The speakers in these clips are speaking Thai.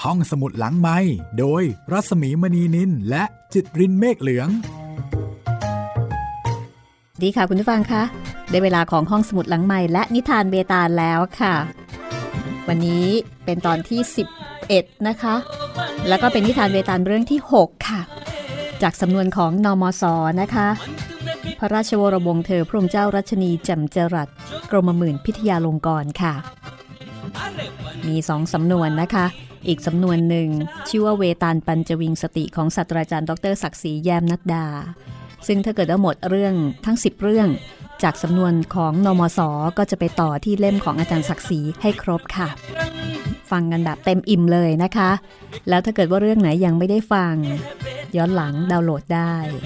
ห้องสมุดหลังไมค์โดยรัศมีมณีนินและจิตรินเมฆเหลืองดีค่ะคุณผู้ฟังคะได้เวลาของห้องสมุดหลังไมค์และนิทานเบตาลแล้วค่ะวันนี้เป็นตอนที่11นะคะแล้วก็เป็นนิทานเบตาลเรื่องที่6ค่ะจากสำนวนของนมส.นะคะพระราชวรวงศ์เธอพระองค์เจ้ารัชนีแจ่มจรัสกรมหมื่นพิทยาลงกรณ์ค่ะมี2สำนวนนะคะอีกสำนวนหนึ่งชื่อว่าเวตาลปัญจวิงสติของศาสตราจารย์ดร.ศักดิ์ศรีแย้มนัดดาซึ่งถ้าเกิดว่าหมดเรื่องทั้ง10เรื่องจากสำนวนของนมส.ก็จะไปต่อที่เล่มของอาจารย์ศักดิ์ศรีให้ครบค่ะฟังกันแบบเต็มอิ่มเลยนะคะแล้วถ้าเกิดว่าเรื่องไหนยังไม่ได้ฟังย้อนหลังดาวน์โหลดได้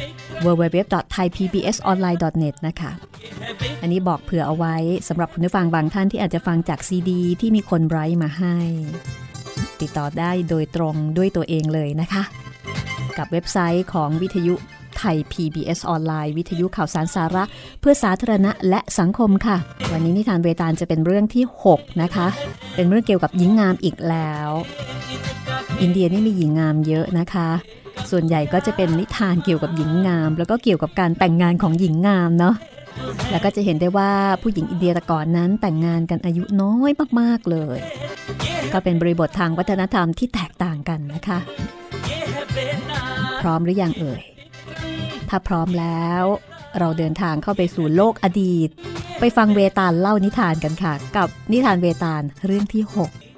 www.thaipbsonline.net นะคะอันนี้บอกเผื่อเอาไว้สำหรับคุณผู้ฟังบางท่านที่อาจจะฟังจากซีดีที่มีคนไบรท์มาให้ติดต่อได้โดยตรงด้วยตัวเองเลยนะคะกับเว็บไซต์ของวิทยุไทย PBS ออนไลน์วิทยุข่าวสารสาระเพื่อสาธารณะและสังคมค่ะวันนี้นิทานเวตาลจะเป็นเรื่องที่6นะคะเป็นเรื่องเกี่ยวกับหญิงงามอีกแล้วอินเดียนี่มีหญิงงามเยอะนะคะส่วนใหญ่ก็จะเป็นนิทานเกี่ยวกับหญิงงามแล้วก็เกี่ยวกับการแต่งงานของหญิงงามเนาะแล้วก็จะเห็นได้ว่าผู้หญิงอินเดียแต่ก่อนนั้นแต่งงานกันอายุน้อยมากๆเลยก็เป็นบริบททางวัฒนธรรมที่แตกต่างกันนะคะพร้อมหรือยังเอ่ยถ้าพร้อมแล้วเราเดินทางเข้าไปสู่โลกอดีตไปฟังเวตาลเล่านิทานกันค่ะกับนิทานเวตาลเรื่องที่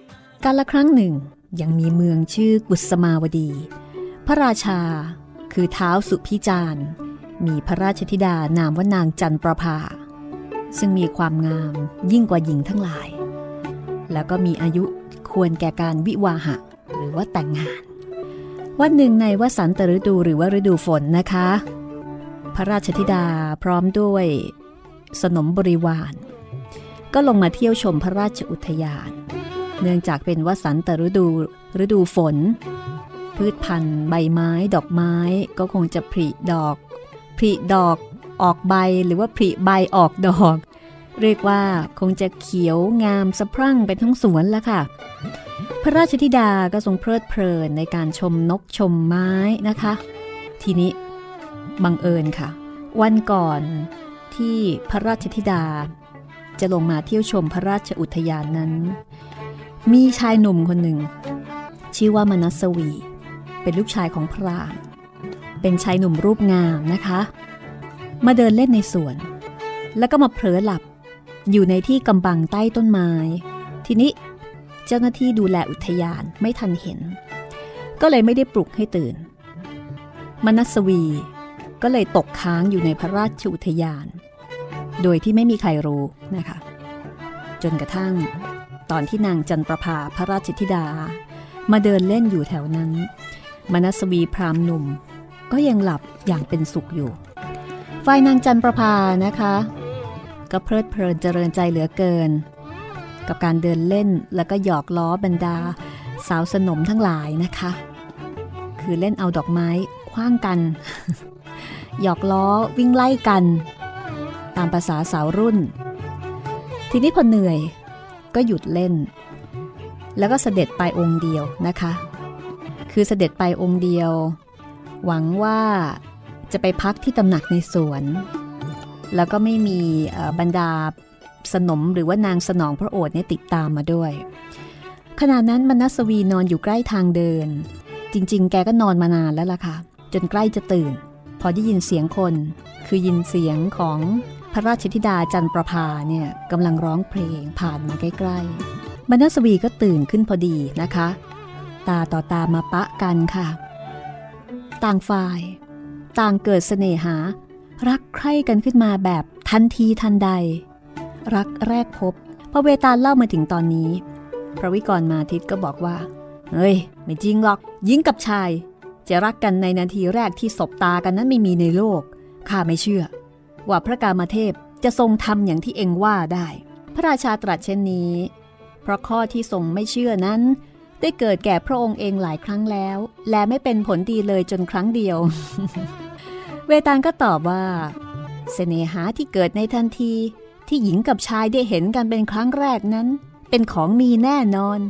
6การละครั้งหนึ่งยังมีเมืองชื่อกุสมาวดีพระราชาคือท้าวสุพิจารณ์มีพระราชธิดานามว่านางจันประภาซึ่งมีความงามยิ่งกว่าหญิงทั้งหลายแล้วก็มีอายุควรแก่การวิวาหะหรือว่าแต่งงานวันหนึ่งในวสันตฤดูหรือว่าฤดูฝนนะคะพระราชธิดาพร้อมด้วยสนมบริวารก็ลงมาเที่ยวชมพระราชอุทยานเนื่องจากเป็นวสันตฤดูฝนพืชพันธุ์ใบไม้ดอกไม้ก็คงจะผลิดอกออกใบหรือว่าผลิใบออกดอกเรียกว่าคงจะเขียวงามสะพรั่งไปทั้งสวนแล้วค่ะพระราชธิดาก็ทรงเพลิดเพลินในการชมนกชมไม้นะคะทีนี้บังเอิญค่ะวันก่อนที่พระราชธิดาจะลงมาเที่ยวชมพระราชอุทยานนั้นมีชายหนุ่มคนหนึ่งชื่อว่ามนัสวีเป็นลูกชายของพราหมณ์เป็นชายหนุ่มรูปงามนะคะมาเดินเล่นในสวนแล้วก็มาเผลอหลับอยู่ในที่กำบังใต้ต้นไม้ทีนี้เจ้าหน้าที่ดูแลอุทยานไม่ทันเห็นก็เลยไม่ได้ปลุกให้ตื่นมนัสวีก็เลยตกค้างอยู่ในพระราชอุทยานโดยที่ไม่มีใครรู้นะคะจนกระทั่งตอนที่นางจันประภาพระราชธิดามาเดินเล่นอยู่แถวนั้นมนัสวีพราหมณ์หนุ่มก็ยังหลับอย่างเป็นสุขอยู่ฝ่ายนางจันประภานะคะก็เพลิดเพลินเจริญใจเหลือเกินกับการเดินเล่นแล้วก็หยอกล้อบรรดาสาวสนมทั้งหลายนะคะคือเล่นเอาดอกไม้ขว้างกัน หยอกล้อวิ่งไล่กันตามภาษาสาวรุ่นทีนี้พอเหนื่อยก็หยุดเล่นแล้วก็เสด็จไปองค์เดียวนะคะคือเสด็จไปองค์เดียวหวังว่าจะไปพักที่ตำหนักในสวนแล้วก็ไม่มีบรรดาสนมหรือว่านางสนองพระโอษฐ์เนี่ยติดตามมาด้วยขณะนั้นมนัสวีนอนอยู่ใกล้ทางเดินจริงๆแกก็นอนมานานแล้วล่ะค่ะจนใกล้จะตื่นพอได้ยินเสียงคนคือยินเสียงของพระราชธิดาจันประภาเนี่ยกำลังร้องเพลงผ่านมาใกล้ๆมนัสวีก็ตื่นขึ้นพอดีนะคะตาต่อตามาปะกันค่ะต่างฝ่ายต่างเกิดเสน่หารักใคร่กันขึ้นมาแบบทันทีทันใดรักแรกพบพอเวตาลเล่ามาถึงตอนนี้พระวิกรมาทิตก็บอกว่าเฮ้ยไม่จริงหรอกหญิงกับชายจะรักกันในนาทีแรกที่สบตากันนั้นไม่มีในโลกข้าไม่เชื่อว่าพระกามเทพจะทรงทำอย่างที่เอ็งว่าได้พระราชาตรัสเช่นนี้เพราะข้อที่ทรงไม่เชื่อนั้นได้เกิดแก่พระองค์เองหลายครั้งแล้วและไม่เป็นผลดีเลยจนครั้งเดียว เวตาลก็ตอบว่าเสน่หาที่เกิดในทันทีที่หญิงกับชายได้เห็นกันเป็นครั้งแรกนั้นเป็นของมีแน่นอน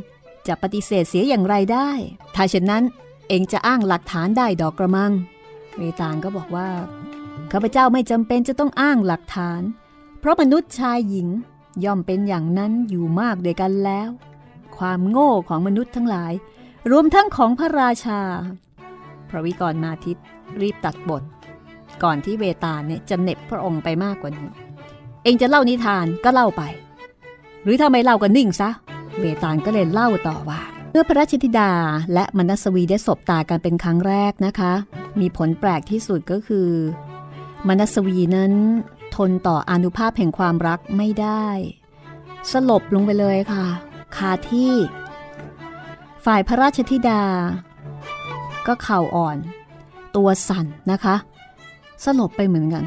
จะปฏิเสธเสียอย่างไรได้ถ้าเช่นนั้นเองจะอ้างหลักฐานได้ดอกกระมังเวตาลก็บอกว่าข้าพเจ้าไม่จำเป็นจะต้องอ้างหลักฐานเพราะมนุษย์ชายหญิงย่อมเป็นอย่างนั้นอยู่มากด้วยกันแล้วความโง่ของมนุษย์ทั้งหลายรวมทั้งของพระราชาพระวิกรมาทิตรีบตัดบทก่อนที่เวตาลเนี่ยจะเหน็บพระองค์ไปมากกว่านี้เองจะเล่านิทานก็เล่าไปหรือถ้าไม่เล่าก็นิ่งซะเวตาลก็เลยเล่าต่อว่าเมื่อพระราชธิดาและมนัสวีได้สบตากันเป็นครั้งแรกนะคะมีผลแปลกที่สุดก็คือมนัสวีนั้นทนต่ออานุภาพแห่งความรักไม่ได้สลบลงไปเลยค่ะคาที่ฝ่ายพระราชธิดาก็เข่าอ่อนตัวสั่นนะคะสลบไปเหมือนกัน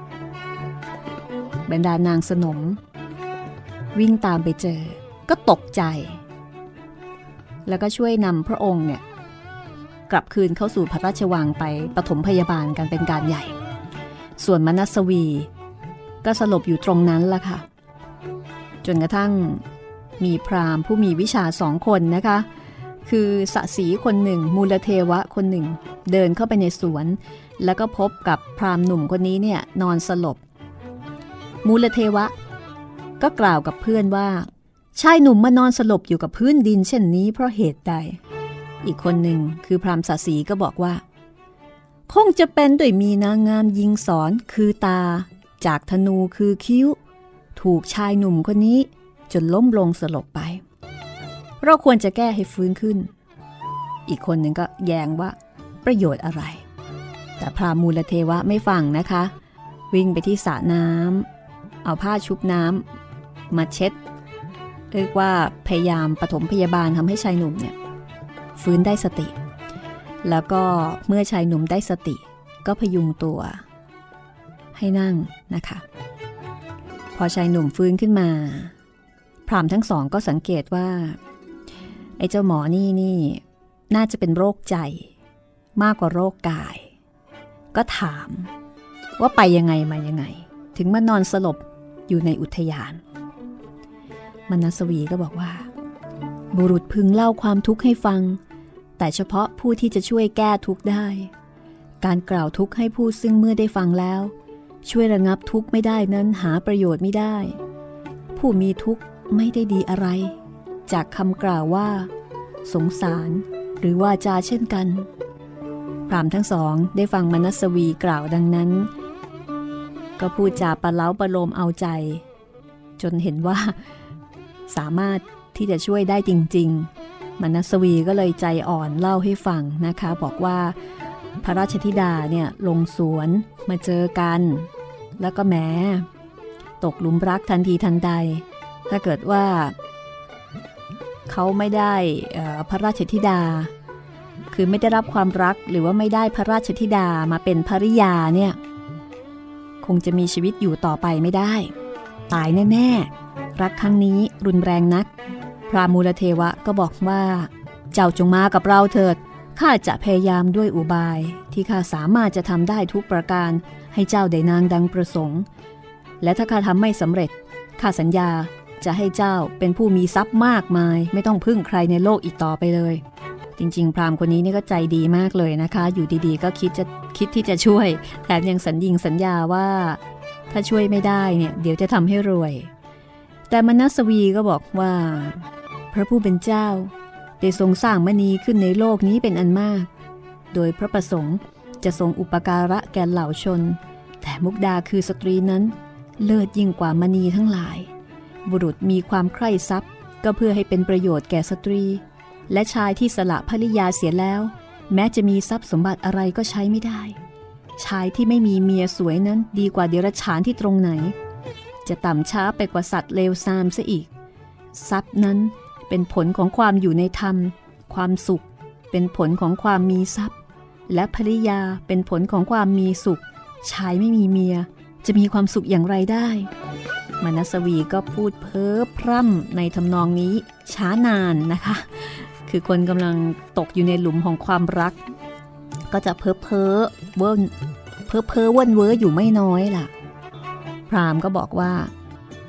บรรดานางสนมวิ่งตามไปเจอก็ตกใจแล้วก็ช่วยนำพระองค์เนี่ยกลับคืนเข้าสู่พระราชวังไปปฐมพยาบาลกันเป็นการใหญ่ส่วนมนัสวีก็สลบอยู่ตรงนั้นล่ะค่ะจนกระทั่งมีพราหมณ์ผู้มีวิชา2 คนนะคะคือสสีคนหนึ่งมูลเทวะคนหนึ่งเดินเข้าไปในสวนแล้วก็พบกับพราหมณ์หนุ่มคนนี้เนี่ยนอนสลบมูลเทวะก็กล่าวกับเพื่อนว่าชายหนุ่มมานอนสลบอยู่กับพื้นดินเช่นนี้เพราะเหตุใดอีกคนหนึ่งคือพราหมณ์สสีก็บอกว่าคงจะเป็นด้วยมีนางงามยิงสอนคือตาจากธนูคือคิ้วถูกชายหนุ่มคนนี้จนล้มลงสลบไปเราควรจะแก้ให้ฟื้นขึ้นอีกคนหนึ่งก็แย้งว่าประโยชน์อะไรแต่พราหมณ์มูลเทวะไม่ฟังนะคะวิ่งไปที่สระน้ำเอาผ้าชุบน้ำมาเช็ดเรียกว่าพยายามปฐมพยาบาลทำให้ชายหนุ่มเนี่ยฟื้นได้สติแล้วก็เมื่อชายหนุ่มได้สติก็พยุงตัวให้นั่งนะคะพอชายหนุ่มฟื้นขึ้นมาพราหมณ์ทั้ง 2ก็สังเกตว่าไอ้เจ้าหมอนี่น่าจะเป็นโรคใจมากกว่าโรคกายก็ถามว่าไปยังไงมายังไงถึงมานอนสลบอยู่ในอุทยานมนัสวีก็บอกว่าบุรุษพึงเล่าความทุกข์ให้ฟังแต่เฉพาะผู้ที่จะช่วยแก้ทุกข์ได้การกล่าวทุกข์ให้ผู้ซึ่งเมื่อได้ฟังแล้วช่วยระงับทุกข์ไม่ได้นั้นหาประโยชน์ไม่ได้ผู้มีทุกข์ไม่ได้ดีอะไรจากคำกล่าวว่าสงสารหรือว่าจาเช่นกันพราหมณ์ทั้ง 2ได้ฟังมนัสวีกล่าวดังนั้นก็พูดจาประเล้าประโลมเอาใจจนเห็นว่าสามารถที่จะช่วยได้จริงๆมนัสวีก็เลยใจอ่อนเล่าให้ฟังนะคะบอกว่าพระราชธิดาเนี่ยลงสวนมาเจอกันแล้วก็แหมตกหลุมรักทันทีทันใดถ้าเกิดว่าเขาไม่ได้พระราชธิดาคือไม่ได้รับความรักหรือว่าไม่ได้พระราชธิดามาเป็นภริยาเนี่ยคงจะมีชีวิตอยู่ต่อไปไม่ได้ตายแน่ๆรักครั้งนี้รุนแรงนักพราหมณ์มูลเทวะก็บอกว่าเจ้าจงมากับเราเถิดข้าจะพยายามด้วยอุบายที่ข้าสามารถจะทำได้ทุกประการให้เจ้าได้นางดังประสงค์และถ้าข้าทำไม่สำเร็จข้าสัญญาจะให้เจ้าเป็นผู้มีทรัพย์มากมายไม่ต้องพึ่งใครในโลกอีกต่อไปเลยจริงๆพราหมณ์คนนี้นี่ก็ใจดีมากเลยนะคะอยู่ดีๆก็คิดที่จะช่วยแถมยังสัญญาว่าถ้าช่วยไม่ได้เนี่ยเดี๋ยวจะทำให้รวยแต่มนัสวีก็บอกว่าพระผู้เป็นเจ้าได้ทรงสร้างมณีขึ้นในโลกนี้เป็นอันมากโดยพระประสงค์จะทรงอุปการะแก่เหล่าชนแต่มุกดาคือสตรีนั้นเลิศยิ่งกว่ามณีทั้งหลายบุรุษมีความใคร่ทรัพย์ก็เพื่อให้เป็นประโยชน์แก่สตรีและชายที่สละภริยาเสียแล้วแม้จะมีทรัพย์สมบัติอะไรก็ใช้ไม่ได้ชายที่ไม่มีเมียสวยนั้นดีกว่าเดรัจฉานที่ตรงไหนจะต่ำช้าไปกว่าสัตว์เลวทรามซะอีกทรัพย์นั้นเป็นผลของความอยู่ในธรรมความสุขเป็นผลของความมีทรัพย์และภริยาเป็นผลของความมีสุขชายไม่มีเมียจะมีความสุขอย่างไรได้มนัสวีก็พูดเพ้อพร่ำในทำนองนี้ช้านานนะคะคือคนกำลังตกอยู่ในหลุมของความรักก็จะเพ้อเว่นเว้ออยู่ไม่น้อยล่ะพราหมณ์ก็บอกว่า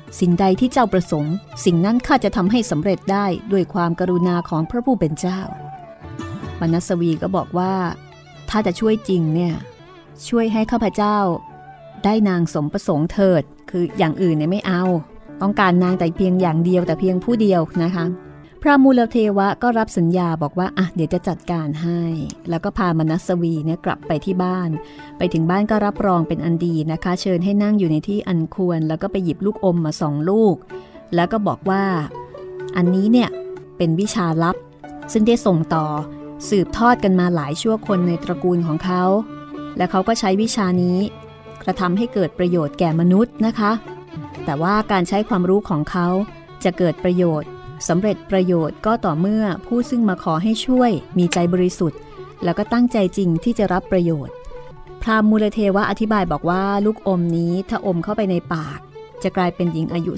สิ่งใดที่เจ้าประสงค์สิ่งนั้นข้าจะทำให้สำเร็จได้ด้วยความกรุณาของพระผู้เป็นเจ้ามานัสวีก็บอกว่าถ้าจะช่วยจริงเนี่ยช่วยให้ข้าพเจ้าได้นางสมประสงค์เถิดคืออย่างอื่นเนี่ยไม่เอาต้องการนางแต่เพียงอย่างเดียวแต่เพียงผู้เดียวนะคะพระมูลเทวะก็รับสัญญาบอกว่าอ่ะเดี๋ยวจะจัดการให้แล้วก็พามนัสวีเนี่ยกลับไปที่บ้านไปถึงบ้านก็รับรองเป็นอันดีนะคะเชิญให้นั่งอยู่ในที่อันควรแล้วก็ไปหยิบลูกอมมา2 ลูกแล้วก็บอกว่าอันนี้เนี่ยเป็นวิชาลับซึ่งได้ส่งต่อสืบทอดกันมาหลายชั่วคนในตระกูลของเขาและเขาก็ใช้วิชานี้กระทำให้เกิดประโยชน์แก่มนุษย์นะคะแต่ว่าการใช้ความรู้ของเขาจะเกิดประโยชน์สำเร็จประโยชน์ก็ต่อเมื่อผู้ซึ่งมาขอให้ช่วยมีใจบริสุทธิ์แล้วก็ตั้งใจจริงที่จะรับประโยชน์พราหมณ์มูลเทวะอธิบายบอกว่าลูกอมนี้ถ้าอมเข้าไปในปากจะกลายเป็นหญิงอายุ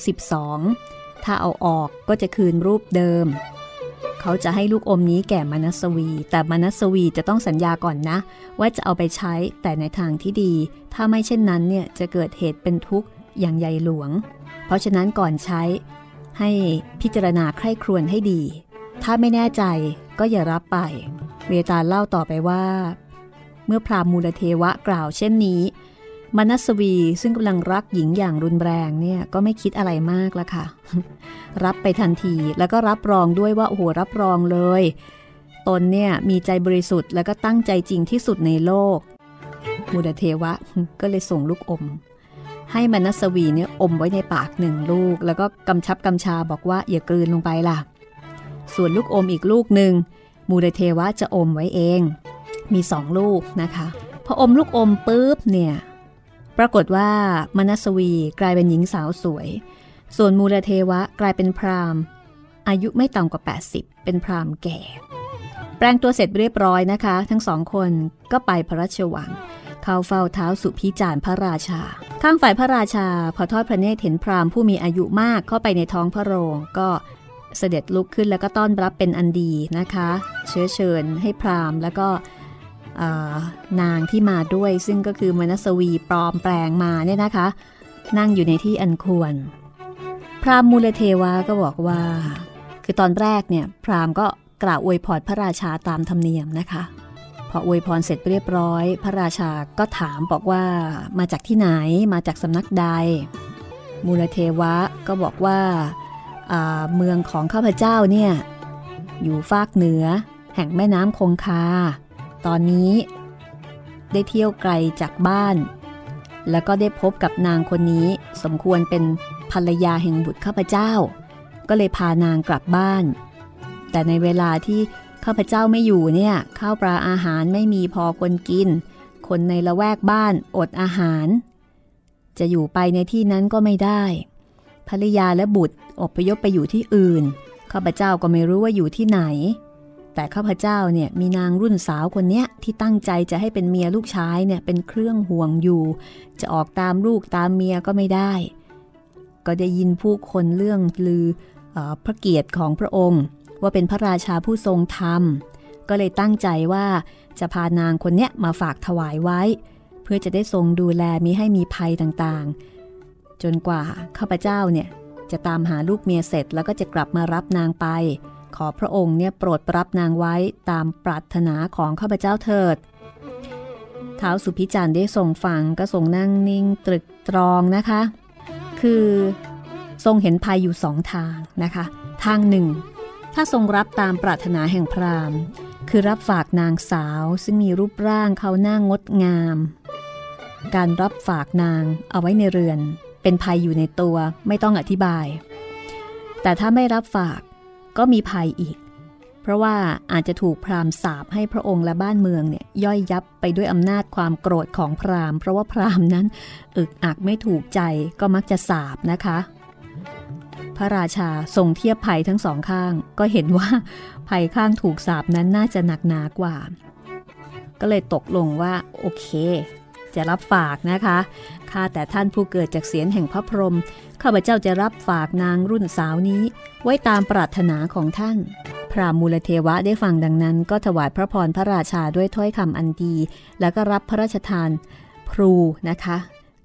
12ถ้าเอาออกก็จะคืนรูปเดิมเขาจะให้ลูกอมนี้แก่มนัสวีแต่มนัสวีจะต้องสัญญาก่อนนะว่าจะเอาไปใช้แต่ในทางที่ดีถ้าไม่เช่นนั้นเนี่ยจะเกิดเหตุเป็นทุกข์อย่างใหญ่หลวงเพราะฉะนั้นก่อนใช้ให้พิจารณาใคร่ครวญให้ดีถ้าไม่แน่ใจก็อย่ารับไปเวตาลเล่าต่อไปว่าเมื่อพราหมณ์มูลเทวะกล่าวเช่นนี้มนัสวีซึ่งกำลังรักหญิงอย่างรุนแรงเนี่ยก็ไม่คิดอะไรมากละค่ะ รับไปทันทีแล้วก็รับรองด้วยว่าโอ้โหรับรองเลยตนเนี่ยมีใจบริสุทธิ์แล้วก็ตั้งใจจริงที่สุดในโลกมูลเทวะก็เลยส่งลูกอมให้มนัสวีเนี่ยอมไว้ในปาก1 ลูกแล้วก็กำชับกำชาบอกว่าอย่ากลืนลงไปล่ะส่วนลูกอมอีกลูกหนึ่งมูลเทวะจะอมไว้เองมี2 ลูกนะคะพออมลูกอมปุ๊บเนี่ยปรากฏว่ามนัสวีกลายเป็นหญิงสาวสวยส่วนมูลเทวะกลายเป็นพราหมณ์อายุไม่ต่ำกว่า80เป็นพราหมณ์แก่แปลงตัวเสร็จเรียบร้อยนะคะทั้ง2 คนก็ไปพระราชวังเข้าเฝ้าเท้าสุพิจารพระราชาข้างฝ่ายพระราชาพอทอดพระเนตรเห็นพราหมณ์ผู้มีอายุมากเข้าไปในท้องพระโรงก็เสด็จลุกขึ้นแล้วก็ต้อนรับเป็นอันดีนะคะเชิญให้พราหมณ์แล้วก็นางที่มาด้วยซึ่งก็คือมนัสวีปลอมแปลงมาเนี่ยนะคะนั่งอยู่ในที่อันควรพราหมณ์มูลเทวะก็บอกว่าคือตอนแรกเนี่ยพราหมณ์ก็กล่าวอวยพรพระราชาตามธรรมเนียมนะคะพออวยพรเสร็จเรียบร้อยพระราชาก็ถามบอกว่ามาจากที่ไหนมาจากสำนักใดมูลเทวะก็บอกว่าเมืองของข้าพเจ้าเนี่ยอยู่ฟากเหนือแห่งแม่น้ำคงคาตอนนี้ได้เที่ยวไกลจากบ้านแล้วก็ได้พบกับนางคนนี้สมควรเป็นภรรยาแห่งบุตรข้าพเจ้าก็เลยพานางกลับบ้านแต่ในเวลาที่ข้าพเจ้าไม่อยู่เนี่ยข้าวปลาอาหารไม่มีพอคนกินคนในละแวกบ้านอดอาหารจะอยู่ไปในที่นั้นก็ไม่ได้ภรรยาและบุตรอพยพไปอยู่ที่อื่นข้าพเจ้าก็ไม่รู้ว่าอยู่ที่ไหนแต่ข้าพเจ้าเนี่ยมีนางรุ่นสาวคนเนี้ยที่ตั้งใจจะให้เป็นเมียลูกชายเนี่ยเป็นเครื่องห่วงอยู่จะออกตามลูกตามเมียก็ไม่ได้ก็ได้ยินผู้คนเรื่องลือพระเกียรติของพระองค์ว่าเป็นพระราชาผู้ทรงธรรมก็เลยตั้งใจว่าจะพานางคนเนี้ยมาฝากถวายไว้เพื่อจะได้ทรงดูแลมิให้มีภัยต่างๆจนกว่าข้าพเจ้าเนี่ยจะตามหาลูกเมียเสร็จแล้วก็จะกลับมารับนางไปขอพระองค์เนี่ยโปรดรับนางไว้ตามปรารถนาของข้าพเจ้าเถิดท้าวสุพิจารได้ทรงฟังก็ทรงนั่งนิ่งตรึกตรองนะคะคือทรงเห็นภัยอยู่2 ทางนะคะทางหนึ่งถ้าทรงรับตามปรารถนาแห่งพราหมณ์คือรับฝากนางสาวซึ่งมีรูปร่างเขาหน้างดงามการรับฝากนางเอาไว้ในเรือนเป็นภัยอยู่ในตัวไม่ต้องอธิบายแต่ถ้าไม่รับฝากก็มีภัยอีกเพราะว่าอาจจะถูกพราหมณ์สาปให้พระองค์และบ้านเมืองเนี่ยย่อยยับไปด้วยอำนาจความโกรธของพราหมณ์เพราะว่าพราหมณ์นั้นอึกอักไม่ถูกใจก็มักจะสาปนะคะพระราชาทรงเทียบภัยทั้ง2 ข้างก็เห็นว่าภัยข้างถูกสาปนั้นน่าจะหนักหนากว่าก็เลยตกลงว่าโอเคจะรับฝากนะคะข้าแต่ท่านผู้เกิดจากเสียงแห่งพระพรหมข้าพเจ้าจะรับฝากนางรุ่นสาวนี้ไว้ตามปรารถนาของท่านพราหมณ์มูลเทวะได้ฟังดังนั้นก็ถวายพระพรพระราชาด้วยถ้อยคำอันดีแล้วก็รับพระราชทานพลูนะคะค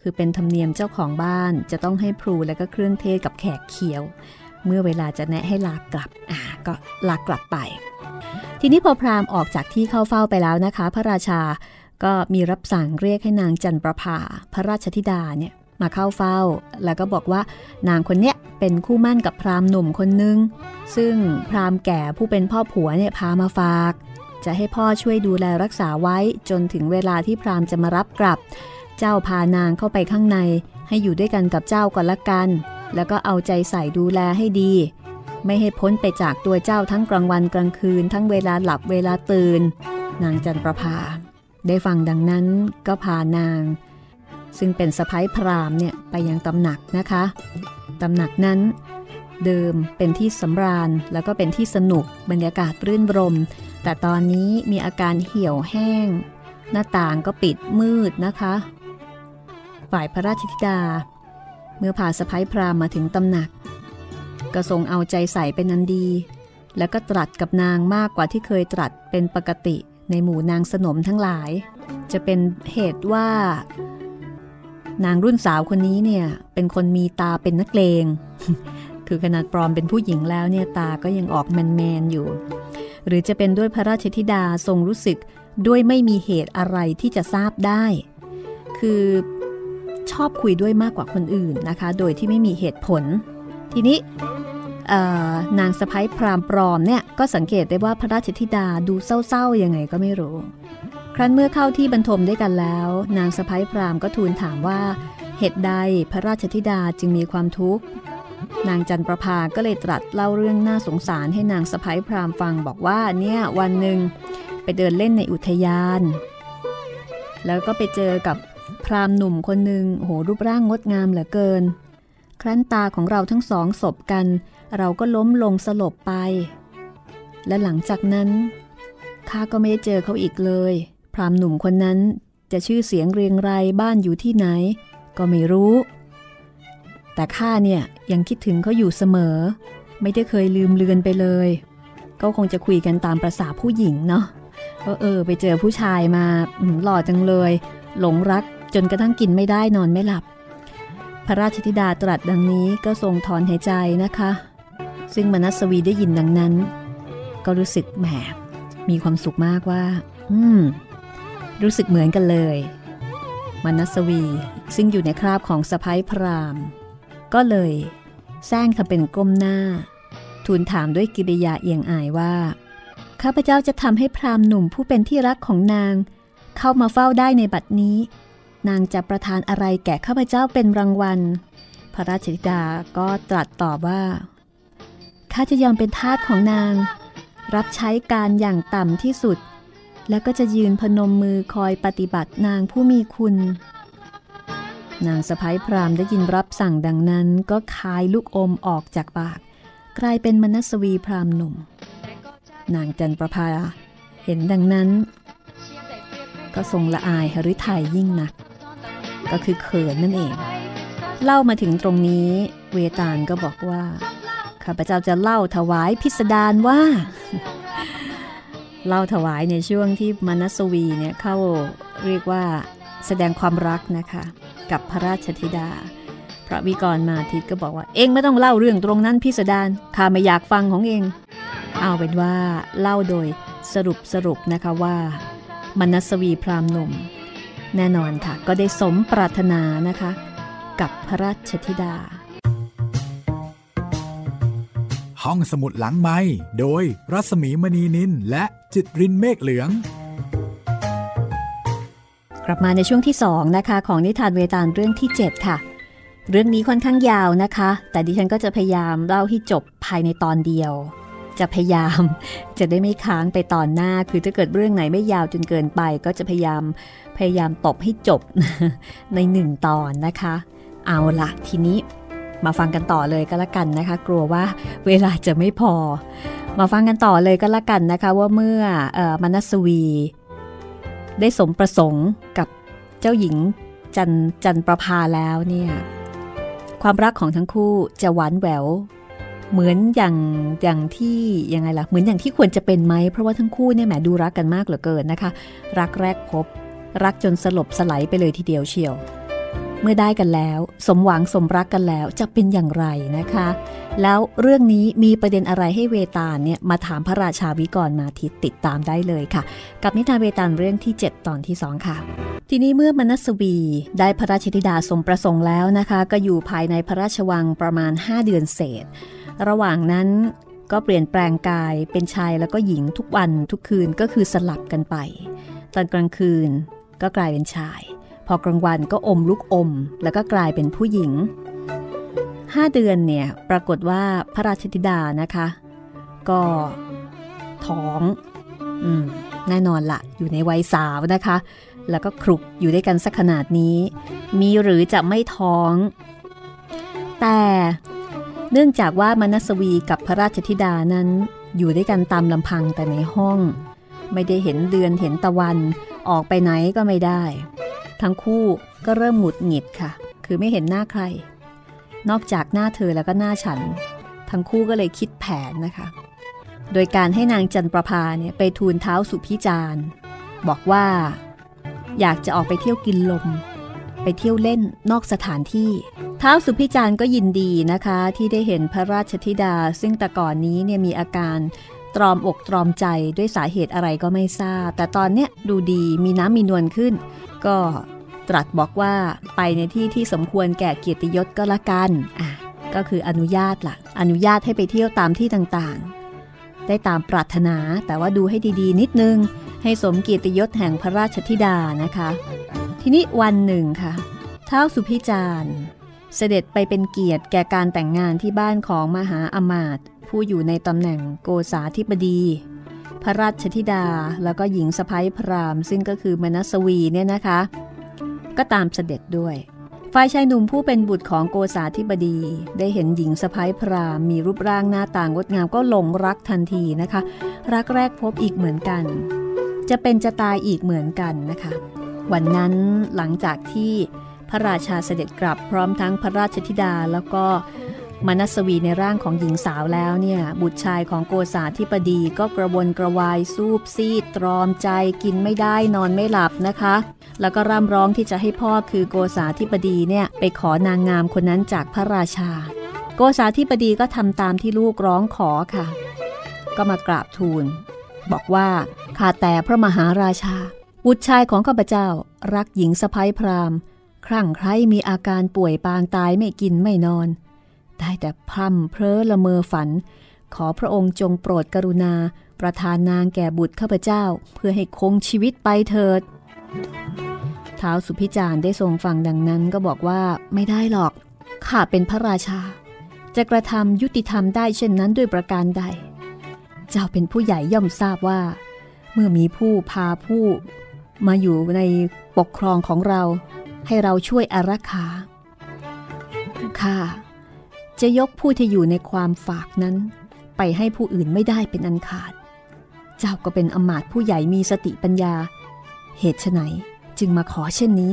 คือเป็นธรรมเนียมเจ้าของบ้านจะต้องให้พลูและก็เครื่องเทศกับแขกเคี้ยวเมื่อเวลาจะแนะให้ลากลับก็ลากลับไปทีนี้พอพราหมณ์ออกจากที่เข้าเฝ้าไปแล้วนะคะพระราชาก็มีรับสั่งเรียกให้นางจันประภาพระราชธิดาเนี่ยมาเข้าเฝ้าแล้วก็บอกว่านางคนเนี้ยเป็นคู่มั่นกับพราหมณ์หนุ่มคนนึงซึ่งพราหมณ์แก่ผู้เป็นพ่อผัวเนี่ยพามาฝากจะให้พ่อช่วยดูแลรักษาไว้จนถึงเวลาที่พราหมณ์จะมารับกลับเจ้าพานางเข้าไปข้างในให้อยู่ด้วยกันกับเจ้าก่อนละกันแล้วก็เอาใจใส่ดูแลให้ดีไม่ให้พ้นไปจากตัวเจ้าทั้งกลางวันกลางคืนทั้งเวลาหลับเวลาตื่นนางจันประภาได้ฟังดังนั้นก็พานางซึ่งเป็นสะใภ้พราหมณ์เนี่ยไปยังตำหนักนะคะตำหนักนั้นเดิมเป็นที่สำราญแล้วก็เป็นที่สนุกบรรยากาศรื่นรมแต่ตอนนี้มีอาการเหี่ยวแห้งหน้าต่างก็ปิดมืดนะคะฝ่ายพระราชธิดาเมื่อพาสะใภ้พราหมณ์มาถึงตำหนักก็ทรงเอาใจใส่เป็นอันดีแล้วก็ตรัสกับนางมากกว่าที่เคยตรัสเป็นปกติในหมู่นางสนมทั้งหลายจะเป็นเหตุว่านางรุ่นสาวคนนี้เนี่ยเป็นคนมีตาเป็นนักเลง คือขนาดปลอมเป็นผู้หญิงแล้วเนี่ยตาก็ยังออกแมนๆอยู่หรือจะเป็นด้วยพระราชธิดาทรงรู้สึกด้วยไม่มีเหตุอะไรที่จะทราบได้คือชอบคุยด้วยมากกว่าคนอื่นนะคะโดยที่ไม่มีเหตุผลทีนี้นางสะใภ้พราหมณ์ปลอมเนี่ยก็สังเกตได้ว่าพระราชธิดาดูเศร้าๆยังไงก็ไม่รู้ครั้นเมื่อเข้าที่บรรทมด้วยกันแล้วนางสะใภ้พราหมณ์ก็ทูลถามว่าเหตุใดพระราชธิดาจึงมีความทุกข์นางจันประภาก็เลยตรัสเล่าเรื่องน่าสงสารให้นางสะใภ้พราหมณ์ฟังบอกว่าเนี่ยวันหนึ่งไปเดินเล่นในอุทยานแล้วก็ไปเจอกับพราหมณ์หนุ่มคนหนึ่งโหรูปร่างงดงามเหลือเกินครั้นตาของเราทั้งสองสบกันเราก็ล้มลงสลบไปและหลังจากนั้นข้าก็ไม่ได้เจอเขาอีกเลยพราหมณ์หนุ่มคนนั้นจะชื่อเสียงเรียงไรบ้านอยู่ที่ไหนก็ไม่รู้แต่ข้าเนี่ยยังคิดถึงเขาอยู่เสมอไม่ได้เคยลืมเลือนไปเลยก็คงจะคุยกันตามประสาผู้หญิงเนาะไปเจอผู้ชายมาหล่อจังเลยหลงรักจนกระทั่งกินไม่ได้นอนไม่หลับพระราชธิดาตรัสดังนี้ก็ทรงถอนหายใจนะคะซึ่งมนัสวีได้ยินดังนั้นก็รู้สึกแหมมีความสุขมากว่ารู้สึกเหมือนกันเลยมนัสวีซึ่งอยู่ในคราบของสะใภ้พราหมณ์ก็เลยแซงทำเป็นก้มหน้าทูลถามด้วยกิริยาเอียงอายว่าข้าพเจ้าจะทำให้พราหมณ์หนุ่มผู้เป็นที่รักของนางเข้ามาเฝ้าได้ในบัดนี้นางจะประทานอะไรแก่ข้าพเจ้าเป็นรางวัลพระราชธิดาก็ตรัสตอบว่าข้าจะยอมเป็นทาสของนางรับใช้การอย่างต่ำที่สุดแล้วก็จะยืนพนมมือคอยปฏิบัตินางผู้มีคุณนางสะใภ้พราหมณ์ได้ยินรับสั่งดังนั้นก็คายลูกอมออกจากปากกลายเป็นมนัสวีพราหมณ์หนุ่มนางจันประภาเห็นดังนั้นก็ทรงละอายหฤทัยยิ่งนักก็คือเขินนั่นเองเล่ามาถึงตรงนี้เวตาลก็บอกว่าข้าพเจ้าจะเล่าถวายพิสดารว่าเล่าถวายในช่วงที่มนัสวีเนี่ยเข้าเรียกว่าแสดงความรักนะคะกับพระราชธิดาพระวิกรมาทิตก็บอกว่าเองไม่ต้องเล่าเรื่องตรงนั้นพิสดารข้าไม่อยากฟังของเองเอาเป็นว่าเล่าโดยสรุปนะคะว่ามนัสวีพราหมณ์หนุ่มแน่นอนค่ะก็ได้สมปรารถนานะคะกับพระราชธิดาห้องสมุดหลังไมค์โดยรัศมีมณีนินและจิตรินเมฆเหลืองกลับมาในช่วงที่2นะคะของนิทานเวตาลเรื่องที่7ค่ะเรื่องนี้ค่อนข้างยาวนะคะแต่ดิฉันก็จะพยายามเล่าให้จบภายในตอนเดียวจะพยายามจะได้ไม่ค้างไปตอนหน้าคือถ้าเกิดเรื่องไหนไม่ยาวจนเกินไปก็จะพยายามตบให้จบใน1ตอนนะคะเอาละทีนี้มาฟังกันต่อเลยก็แล้วกันนะคะกลัวว่าเวลาจะไม่พอมาฟังกันต่อเลยก็แล้วกันนะคะว่าเมื่อมนัสวีได้สมประสงค์กับเจ้าหญิงจันประภาแล้วเนี่ยความรักของทั้งคู่จะหวานแหววเหมือนอย่างที่ยังไงล่ะเหมือนอย่างที่ควรจะเป็นไหมเพราะว่าทั้งคู่เนี่ยแหมดูรักกันมากเหลือเกินนะคะรักแรกพบรักจนสลบสลายไปเลยทีเดียวเชียวเมื่อได้กันแล้วสมหวังสมรักกันแล้วจะเป็นอย่างไรนะคะแล้วเรื่องนี้มีประเด็นอะไรให้เวตาลเนี่ยมาถามพระราชาวิกรมาทิตติดตามได้เลยค่ะกับนิทานเวตาลเรื่องที่7ตอนที่2ค่ะทีนี้เมื่อมนัสวีได้พระราชธิดาสมประสงค์แล้วนะคะก็อยู่ภายในพระราชวังประมาณ5เดือนเศษระหว่างนั้นก็เปลี่ยนแปลงกายเป็นชายแล้วก็หญิงทุกวันทุกคืนก็คือสลับกันไปตอนกลางคืนก็กลายเป็นชายพอกลางวันก็อมลูกอมแล้วก็กลายเป็นผู้หญิง5เดือนเนี่ยปรากฏว่าพระราชธิดานะคะก็ท้องแน่นอนละอยู่ในวัยสาวนะคะแล้วก็ครุกอยู่ด้วยกันสักขนาดนี้มีหรือจะไม่ท้องแต่เนื่องจากว่ามนัสวีกับพระราชธิดานั้นอยู่ด้วยกันตามลำพังแต่ในห้องไม่ได้เห็นเดือนเห็นตะวันออกไปไหนก็ไม่ได้ทั้งคู่ก็เริ่มหงุดหงิดค่ะคือไม่เห็นหน้าใครนอกจากหน้าเธอแล้วก็หน้าฉันทั้งคู่ก็เลยคิดแผนนะคะโดยการให้นางจันประภาเนี่ยไปทูลเท้าสุพิจารบอกว่าอยากจะออกไปเที่ยวกินลมไปเที่ยวเล่นนอกสถานที่ท้าวสุพิจารก็ยินดีนะคะที่ได้เห็นพระราชธิดาซึ่งแต่ก่อนนี้เนี่ยมีอาการตรอมอกตรอมใจด้วยสาเหตุอะไรก็ไม่ทราบแต่ตอนเนี้ยดูดีมีน้ำมีนวลขึ้นก็ตรัสบอกว่าไปในที่ที่สมควรแก่เกียรติยศก็ละกันก็คืออนุญาตล่ะอนุญาตให้ไปเที่ยวตามที่ต่างๆได้ตามปรารถนาแต่ว่าดูให้ดีๆนิดนึงให้สมเกียรติยศแห่งพระราชธิดานะคะทีนี้วันหนึ่งค่ะท้าวสุพิจารเสด็จไปเป็นเกียรติแก่การแต่งงานที่บ้านของมหาอมาตย์ผู้อยู่ในตำแหน่งโกษาธิบดีพระราชธิดาแล้วก็หญิงสะใภ้พราหมณ์ซึ่งก็คือมนัสวีเนี่ยนะคะก็ตามเสด็จด้วยฝ่ายชายหนุ่มผู้เป็นบุตรของโกษาธิบดีได้เห็นหญิงสะใภ้พราหมณ์มีรูปร่างหน้าตางดงามก็หลงรักทันทีนะคะรักแรกพบอีกเหมือนกันจะเป็นจะตายอีกเหมือนกันนะคะวันนั้นหลังจากที่พระราชาเสด็จกลับพร้อมทั้งพระราชธิดาแล้วก็มนัสวีในร่างของหญิงสาวแล้วเนี่ยบุตรชายของโกษาธิบดีก็กระวนกระวายซูบซีดตรอมใจกินไม่ได้นอนไม่หลับนะคะแล้วก็ร่ำร้องที่จะให้พ่อคือโกษาธิบดีเนี่ยไปขอนางงามคนนั้นจากพระราชาโกษาธิบดีก็ทำตามที่ลูกร้องขอค่ะก็มากราบทูลบอกว่าข้าแต่พระมหาราชาบุตรชายของข้าพเจ้ารักหญิงสะใภ้พราหมณ์ครั่งไคล้มีอาการป่วยปางตายไม่กินไม่นอนได้แต่พร่ำเพ้อละเมอฝันขอพระองค์จงโปรดกรุณาประทานนางแก่บุตรข้าพเจ้าเพื่อให้คงชีวิตไปเถิดท้าวสุพิจารได้ทรงฟังดังนั้นก็บอกว่าไม่ได้หรอกข้าเป็นพระราชาจะกระทำยุติธรรมได้เช่นนั้นด้วยประการใดเจ้าเป็นผู้ใหญ่ย่อมทราบว่าเมื่อมีผู้พาผู้มาอยู่ในปกครองของเราให้เราช่วยอารักขาข้าจะยกผู้ที่อยู่ในความฝากนั้นไปให้ผู้อื่นไม่ได้เป็นอันขาดเจ้าก็เป็นอมาตย์ผู้ใหญ่มีสติปัญญาเหตุไฉนจึงมาขอเช่นนี้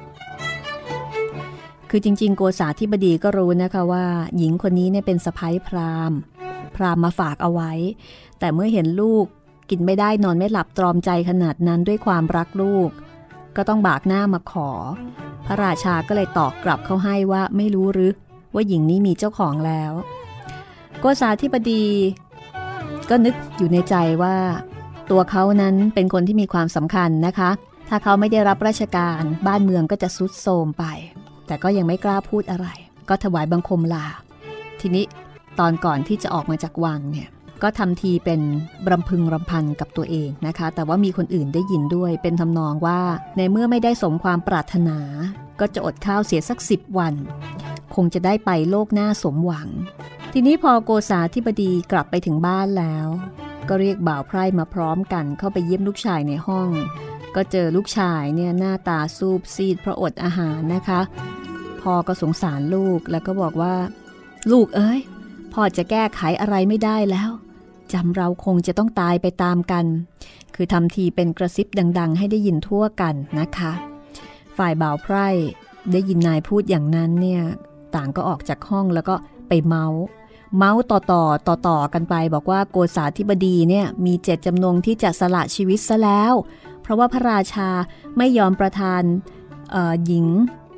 คือจริงๆโกษาธิบดีก็รู้นะคะว่าหญิงคนนี้เนี่ยเป็นสะใภ้พราหมณ์มาฝากเอาไว้แต่เมื่อเห็นลูกกินไม่ได้นอนไม่หลับตรอมใจขนาดนั้นด้วยความรักลูกก็ต้องบากหน้ามาขอพระราชาก็เลยตอบกลับเขาให้ว่าไม่รู้หรือว่าหญิงนี้มีเจ้าของแล้วโกษาธิบดีก็นึกอยู่ในใจว่าตัวเขานั้นเป็นคนที่มีความสำคัญนะคะถ้าเขาไม่ได้รับราชการบ้านเมืองก็จะทรุดโทรมไปแต่ก็ยังไม่กล้าพูดอะไรก็ถวายบังคมลาทีนี้ตอนก่อนที่จะออกมาจากวังเนี่ยก็ทำทีเป็นรำพึงรำพันกับตัวเองนะคะแต่ว่ามีคนอื่นได้ยินด้วยเป็นทำนองว่าในเมื่อไม่ได้สมความปรารถนาก็จะอดข้าวเสียสัก10 วันคงจะได้ไปโลกหน้าสมหวังทีนี้พอโกษาธิบดีกลับไปถึงบ้านแล้วก็เรียกบ่าวไพร่มาพร้อมกันเข้าไปเยี่ยมลูกชายในห้องก็เจอลูกชายเนี่ยหน้าตาซูบซีดเพราะอดอาหารนะคะพ่อก็สงสารลูกแล้วก็บอกว่าลูกเอ้ยพ่อจะแก้ไขอะไรไม่ได้แล้วจำเราคงจะต้องตายไปตามกันคือทำทีเป็นกระซิบดังๆให้ได้ยินทั่วกันนะคะฝ่ายบ่าวไพร่ได้ยินนายพูดอย่างนั้นเนี่ยต่างก็ออกจากห้องแล้วก็ไปเมาต่อกันไปบอกว่าโกษาธิบดีเนี่ยมีเจตจำนงที่จะสละชีวิตซะแล้วเพราะว่าพระราชาไม่ยอมประทานหญิง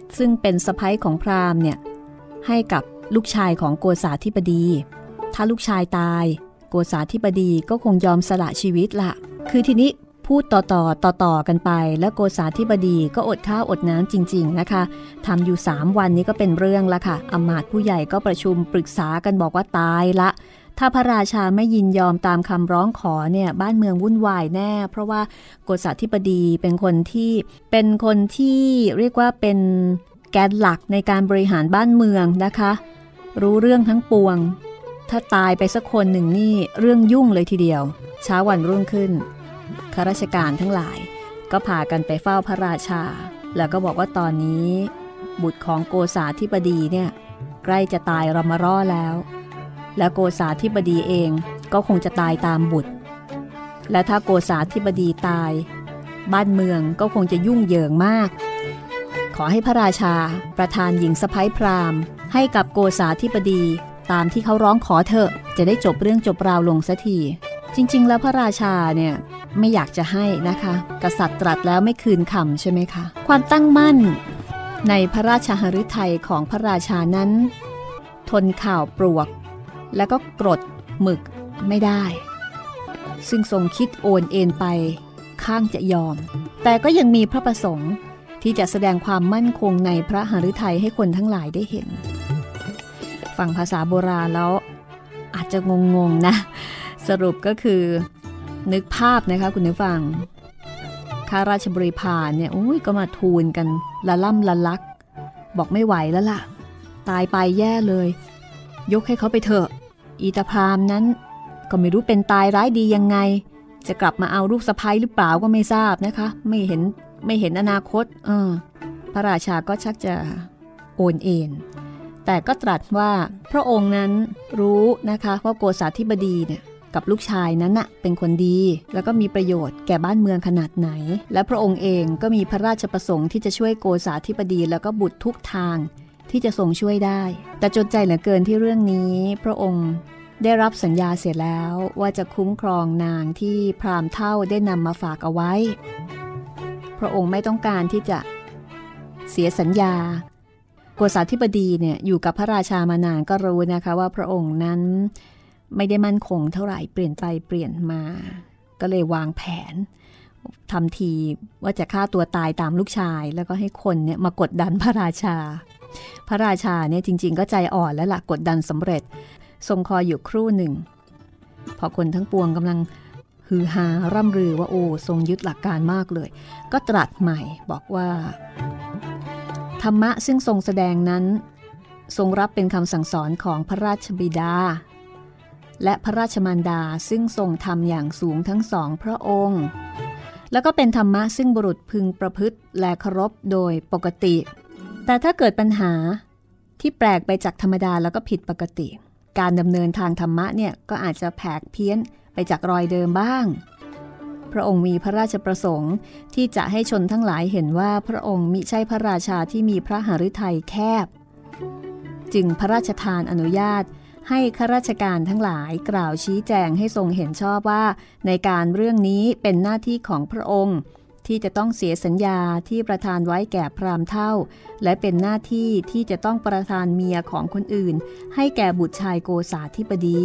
ซึ่งเป็นสะใภ้ของพราหมณ์เนี่ยให้กับลูกชายของโกษาธิบดีถ้าลูกชายตายโกษาธิบดีก็คงยอมสละชีวิตละคือทีนี้พูดต่อกันไปแล้วโกษาธิบดีก็อดข้าวอดน้ำจริงๆนะคะทำอยู่3วันนี้ก็เป็นเรื่องละค่ะอำมาตย์ผู้ใหญ่ก็ประชุมปรึกษากันบอกว่าตายละถ้าพระราชาไม่ยินยอมตามคำร้องขอเนี่ยบ้านเมืองวุ่นวายแน่เพราะว่าโกษาธิบดีเป็นคนที่เรียกว่าเป็นแกนหลักในการบริหารบ้านเมืองนะคะรู้เรื่องทั้งปวงถ้าตายไปสักคนหนึ่งนี่เรื่องยุ่งเลยทีเดียวเช้าวันรุ่งขึ้นข้าราชการทั้งหลายก็พากันไปเฝ้าพระราชาแล้วก็บอกว่าตอนนี้บุตรของโกษาธิบดีเนี่ยใกล้จะตายรำร่อแล้วโกษาธิบดีเองก็คงจะตายตามบุตรและถ้าโกษาธิบดีตายบ้านเมืองก็คงจะยุ่งเหยิงมากขอให้พระราชาประทานหญิงสะใภ้พราหมณ์ให้กับโกษาธิบดีตามที่เขาร้องขอเถอะจะได้จบเรื่องจบราวลงสักทีจริงๆแล้วพระราชาเนี่ยไม่อยากจะให้นะคะกษัตริย์ตรัสแล้วไม่คืนคำใช่ไหมคะความตั้งมั่นในพระราชหฤทัยของพระราชานั้นทนข่าวปลวกแล้วก็กรดหมึกไม่ได้ซึ่งทรงคิดโอนเอ็นไปข้างจะยอมแต่ก็ยังมีพระประสงค์ที่จะแสดงความมั่นคงในพระหฤทัยให้คนทั้งหลายได้เห็นฟังภาษาโบราณแล้วอาจจะงงๆนะสรุปก็คือนึกภาพนะคะคุณผู้ฟังข้าราชบริพารเนี่ยก็มาทูลกันละล่ำละลักบอกไม่ไหวแล้วล่ะตายไปแย่เลยยกให้เขาไปเถอะอีตาพราหมณ์นั้นก็ไม่รู้เป็นตายร้ายดียังไงจะกลับมาเอาลูกสะใภ้หรือเปล่าก็ไม่ทราบนะคะไม่เห็นอนาคตพระราชาก็ชักจะโอนเอ็นแต่ก็ตรัสว่าพระองค์นั้นรู้นะคะว่าโกษาธิบดีเนี่ยกับลูกชายนั้นน่ะเป็นคนดีแล้วก็มีประโยชน์แก่บ้านเมืองขนาดไหนและพระองค์เองก็มีพระราชประสงค์ที่จะช่วยโกษาธิบดีแล้วก็บุตรทุกทางที่จะทรงช่วยได้แต่จนใจเหลือเกินที่เรื่องนี้พระองค์ได้รับสัญญาเสียแล้วว่าจะคุ้มครองนางที่พราหมณ์เฒ่าได้นำมาฝากเอาไว้พระองค์ไม่ต้องการที่จะเสียสัญญาโกษาธิบดีเนี่ยอยู่กับพระราชามานานก็รู้นะคะว่าพระองค์นั้นไม่ได้มั่นคงเท่าไหร่เปลี่ยนไปเปลี่ยนมาก็เลยวางแผนทำทีว่าจะฆ่าตัวตายตามลูกชายแล้วก็ให้คนเนี่ยมากดดันพระราชาเนี่ยจริงๆก็ใจอ่อนแล้วล่ะกดดันสำเร็จทรงคอยอยู่ครู่หนึ่งพอคนทั้งปวงกำลังฮือฮาร่ำลือว่าทรงยึดหลักการมากเลยก็ตรัสใหม่บอกว่าธรรมะซึ่งทรงแสดงนั้นทรงรับเป็นคำสั่งสอนของพระราชบิดาและพระราชมารดาซึ่งทรงทำอย่างสูงทั้งสองพระองค์แล้วก็เป็นธรรมะซึ่งบุรุษพึงประพฤติและเคารพโดยปกติแต่ถ้าเกิดปัญหาที่แปลกไปจากธรรมดาแล้วก็ผิดปกติการดำเนินทางธรรมะเนี่ยก็อาจจะแผกเพี้ยนไปจากรอยเดิมบ้างพระองค์มีพระราชประสงค์ที่จะให้ชนทั้งหลายเห็นว่าพระองค์มิใช่พระราชาที่มีพระหฤทัยแคบจึงพระราชทานอนุญาตให้ข้าราชการทั้งหลายกล่าวชี้แจงให้ทรงเห็นชอบว่าในการเรื่องนี้เป็นหน้าที่ของพระองค์ที่จะต้องเสียสัญญาที่ประทานไว้แก่พราหมณ์เฒ่าและเป็นหน้าที่ที่จะต้องประทานเมียของคนอื่นให้แก่บุตรชายโกษาธิบดี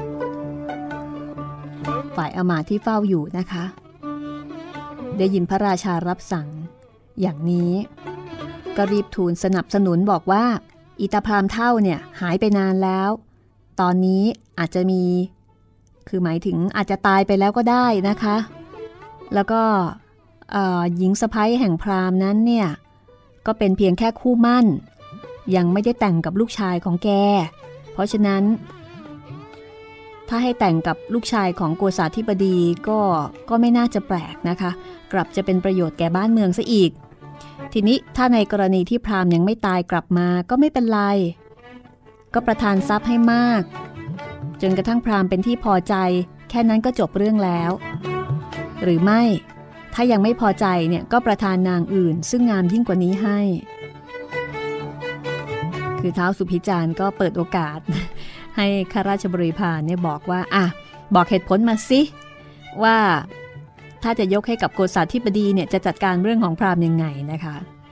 ฝ่ายอมาตย์ที่เฝ้าอยู่นะคะได้ยินพระราชารับสั่งอย่างนี้ก็รีบทูลสนับสนุนบอกว่าอีตาพราหมณ์เฒ่าเนี่ยหายไปนานแล้วตอนนี้อาจจะมีคือหมายถึงอาจจะตายไปแล้วก็ได้นะคะแล้วก็หญิงสะใภ้แห่งพราหมณ์นั้นเนี่ยก็เป็นเพียงแค่คู่มั่นยังไม่ได้แต่งกับลูกชายของแกเพราะฉะนั้นถ้าให้แต่งกับลูกชายของโกษาธิบดีก็ไม่น่าจะแปลกนะคะกลับจะเป็นประโยชน์แก่บ้านเมืองซะอีกทีนี้ถ้าในกรณีที่พราหมณ์ยังไม่ตายกลับมาก็ไม่เป็นไรก็ประทานทรัพย์ให้มากจนกระทั่งพราหมณ์เป็นที่พอใจแค่นั้นก็จบเรื่องแล้วหรือไม่ถ้ายังไม่พอใจเนี่ยก็ประทานนางอื่นซึ่งงามยิ่งกว่านี้ให้คือท้าวสุพิจารณ์ก็เปิดโอกาสให้ข้าราชบริพารเนี่ยบอกว่าบอกเหตุผลมาสิว่าถ้าจะยกให้กับโกษาธิบดีเนี่ยจะจัดการเรื่องของพราหมณ์ยังไงนะคะ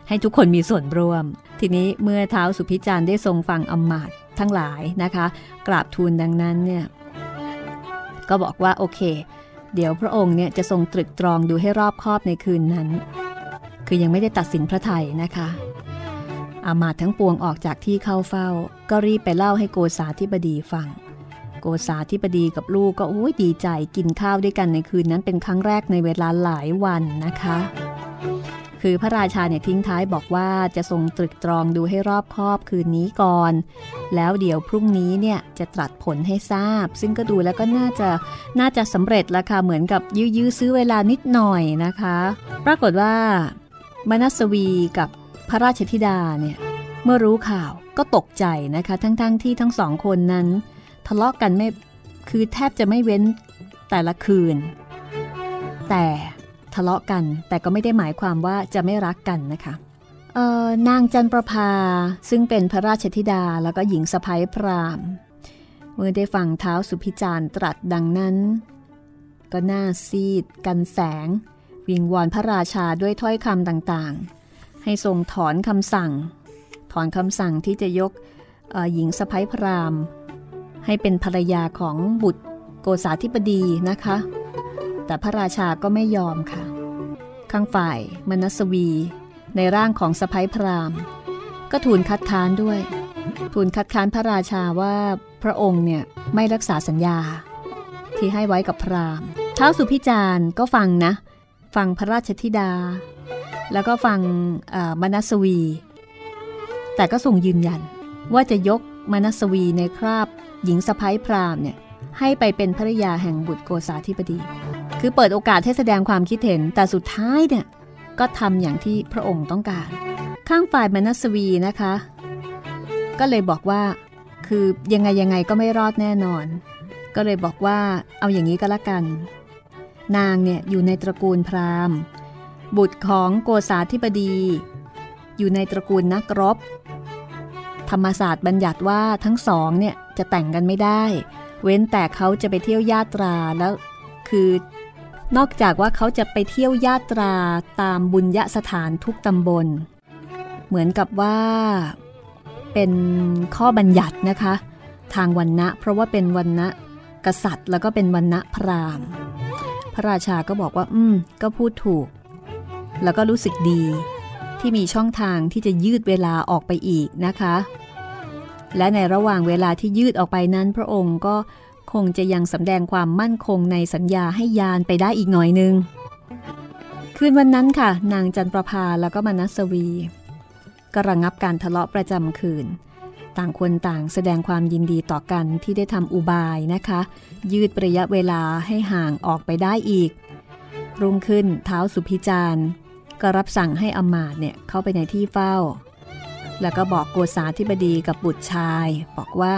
ให้ทุกคนมีส่วนร่วมทีนี้เมื่อท้าวสุพิจารณ์ได้ทรงฟังอำมาตย์ทั้งหลายนะคะกราบทูลดังนั้นเนี่ยก็บอกว่าโอเคเดี๋ยวพระองค์เนี่ยจะทรงตรึกตรองดูให้รอบคอบในคืนนั้นคือยังไม่ได้ตัดสินพระทัยนะคะอำมาตย์ทั้งปวงออกจากที่เข้าเฝ้าก็รีบไปเล่าให้โกษาธิบดีฟังโกษาธิบดีกับลูกก็ดีใจกินข้าวด้วยกันในคืนนั้นเป็นครั้งแรกในเวลาหลายวันนะคะคือพระราชาเนี่ยทิ้งท้ายบอกว่าจะทรงตรึกตรองดูให้รอบคอบคืนนี้ก่อนแล้วเดี๋ยวพรุ่งนี้เนี่ยจะตรัสผลให้ทราบซึ่งก็ดูแล้วก็น่าจะสำเร็จแล้วค่ะเหมือนกับยื้อซื้อเวลานิดหน่อยนะคะปรากฏว่ามนัสวีกับพระราชธิดาเนี่ยเมื่อรู้ข่าวก็ตกใจนะคะทั้งที่ทั้งสองคนนั้นทะเลาะกันไม่คือแทบจะไม่เว้นแต่ละคืนแต่ทะเลาะกันแต่ก็ไม่ได้หมายความว่าจะไม่รักกันนะคะนางจันประภาซึ่งเป็นพระราชธิดาแล้วก็หญิงสะใภ้พราหมณ์เมื่อได้ฟังท้าวสุพิจารณ์ตรัสดังนั้นก็หน้าซีดกันแสงวิงวอนพระราชาด้วยถ้อยคำต่างๆให้ทรงถอนคำสั่งที่จะยกหญิงสะใภ้พราหมณ์ให้เป็นภรรยาของบุตรโกษาธิบดีนะคะแต่พระราชาก็ไม่ยอมค่ะข้างฝ่ายมนัสวีในร่างของสะใภ้พราหมณ์ก็ทูลคัดค้านด้วยทูลคัดค้านพระราชาว่าพระองค์เนี่ยไม่รักษาสัญญาที่ให้ไว้กับพราหมณ์ท้าวสุพิจารณ์ก็ฟังพระราชธิดาแล้วก็ฟังมนัสวีแต่ก็ทรงยืนยันว่าจะยกมนัสวีในคราบหญิงสะใภ้พราหมณ์เนี่ยให้ไปเป็นภริยาแห่งบุตรโกษาธิบดีคือเปิดโอกาสให้แสดงความคิดเห็นแต่สุดท้ายเนี่ยก็ทำอย่างที่พระองค์ต้องการข้างฝ่ายมนัสวีนะคะก็เลยบอกว่าคือยังไงก็ไม่รอดแน่นอนก็เลยบอกว่าเอาอย่างนี้ก็แล้วกันนางเนี่ยอยู่ในตระกูลพราหมณ์บุตรของโกษาธิบดีอยู่ในตระกูลนักรบธรรมศาสตร์บัญญัติว่าทั้งสองเนี่ยจะแต่งกันไม่ได้เว้นแต่เขาจะไปเที่ยวยาตราแล้วคือนอกจากว่าเขาจะไปเที่ยวยาตราตามบุญยสถานทุกตำบลเหมือนกับว่าเป็นข้อบัญญัตินะคะทางวรรณะเพราะว่าเป็นวรรณะกษัตริย์แล้วก็เป็นวรรณะพราหมณ์พระราชาก็บอกว่าก็พูดถูกแล้วก็รู้สึกดีที่มีช่องทางที่จะยืดเวลาออกไปอีกนะคะและในระหว่างเวลาที่ยืดออกไปนั้นพระองค์ก็คงจะยังสำแดงความมั่นคงในสัญญาให้ยานไปได้อีกหน่อยนึงคืนวันนั้นค่ะนางจันประภาแล้วก็มนัสวีก็ระงับการทะเลาะประจำคืนต่างคนต่างแสดงความยินดีต่อกันที่ได้ทำอุบายนะคะยืดระยะเวลาให้ห่างออกไปได้อีกรุ่งขึ้นท้าวสุพิจารณ์ก็รับสั่งให้อำมาตย์เนี่ยเข้าไปในที่เฝ้าแล้วก็บอกโกษาธิบดีกับบุตรชายบอกว่า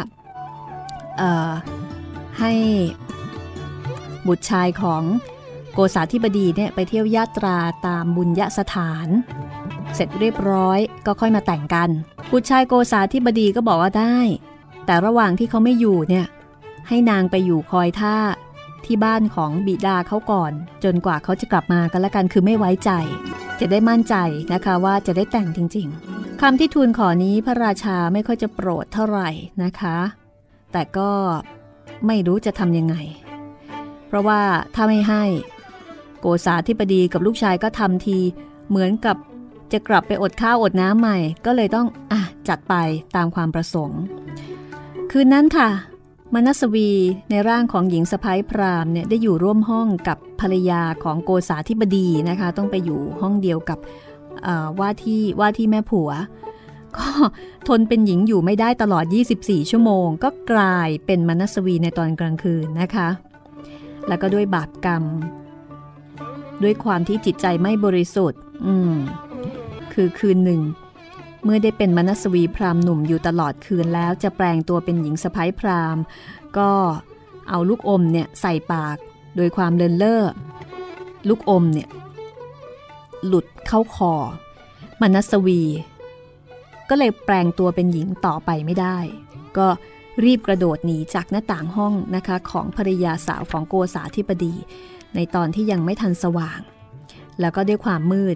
ให้บุตรชายของโกษาธิบดีเนี่ยไปเที่ยวยาตราตามบุญยสถานเสร็จเรียบร้อยก็ค่อยมาแต่งกันบุตรชายโกษาธิบดีก็บอกว่าได้แต่ระหว่างที่เขาไม่อยู่เนี่ยให้นางไปอยู่คอยท่าที่บ้านของบิดาเขาก่อนจนกว่าเขาจะกลับมากันละกันคือไม่ไว้ใจจะได้มั่นใจนะคะว่าจะได้แต่งจริงๆคำที่ทูลขอนี้พระราชาไม่ค่อยจะโปรดเท่าไหร่นะคะแต่ก็ไม่รู้จะทำยังไงเพราะว่าถ้าไม่ให้โกษาธิบดีกับลูกชายก็ทำทีเหมือนกับจะกลับไปอดข้าวอดน้ำใหม่ก็เลยต้องจัดไปตามความประสงค์คืนนั้นค่ะมนัสวีในร่างของหญิงสะใภ้พราหมณ์เนี่ยได้อยู่ร่วมห้องกับภรรยาของโกษาธิบดีนะคะต้องไปอยู่ห้องเดียวกับว่าที่แม่ผัวก็ทนเป็นหญิงอยู่ไม่ได้ตลอด24ชั่วโมงก็กลายเป็นมนัสวีในตอนกลางคืนนะคะแล้วก็ด้วยบาปกรรมด้วยความที่จิตใจไม่บริสุทธิ์คือคืนหนึ่งเมื่อได้เป็นมนัสวีพราหมณ์หนุ่มอยู่ตลอดคืนแล้วจะแปลงตัวเป็นหญิงสะใภ้พราหมณ์ก็เอาลูกอมเนี่ยใส่ปากโดยความเลินเล่อลูกอมเนี่ยหลุดเข้าคอมนัสวีก็เลยแปลงตัวเป็นหญิงต่อไปไม่ได้ก็รีบกระโดดหนีจากหน้าต่างห้องนะคะของภริยาสาวของโกษาธิบดีในตอนที่ยังไม่ทันสว่างแล้วก็ด้วยความมืด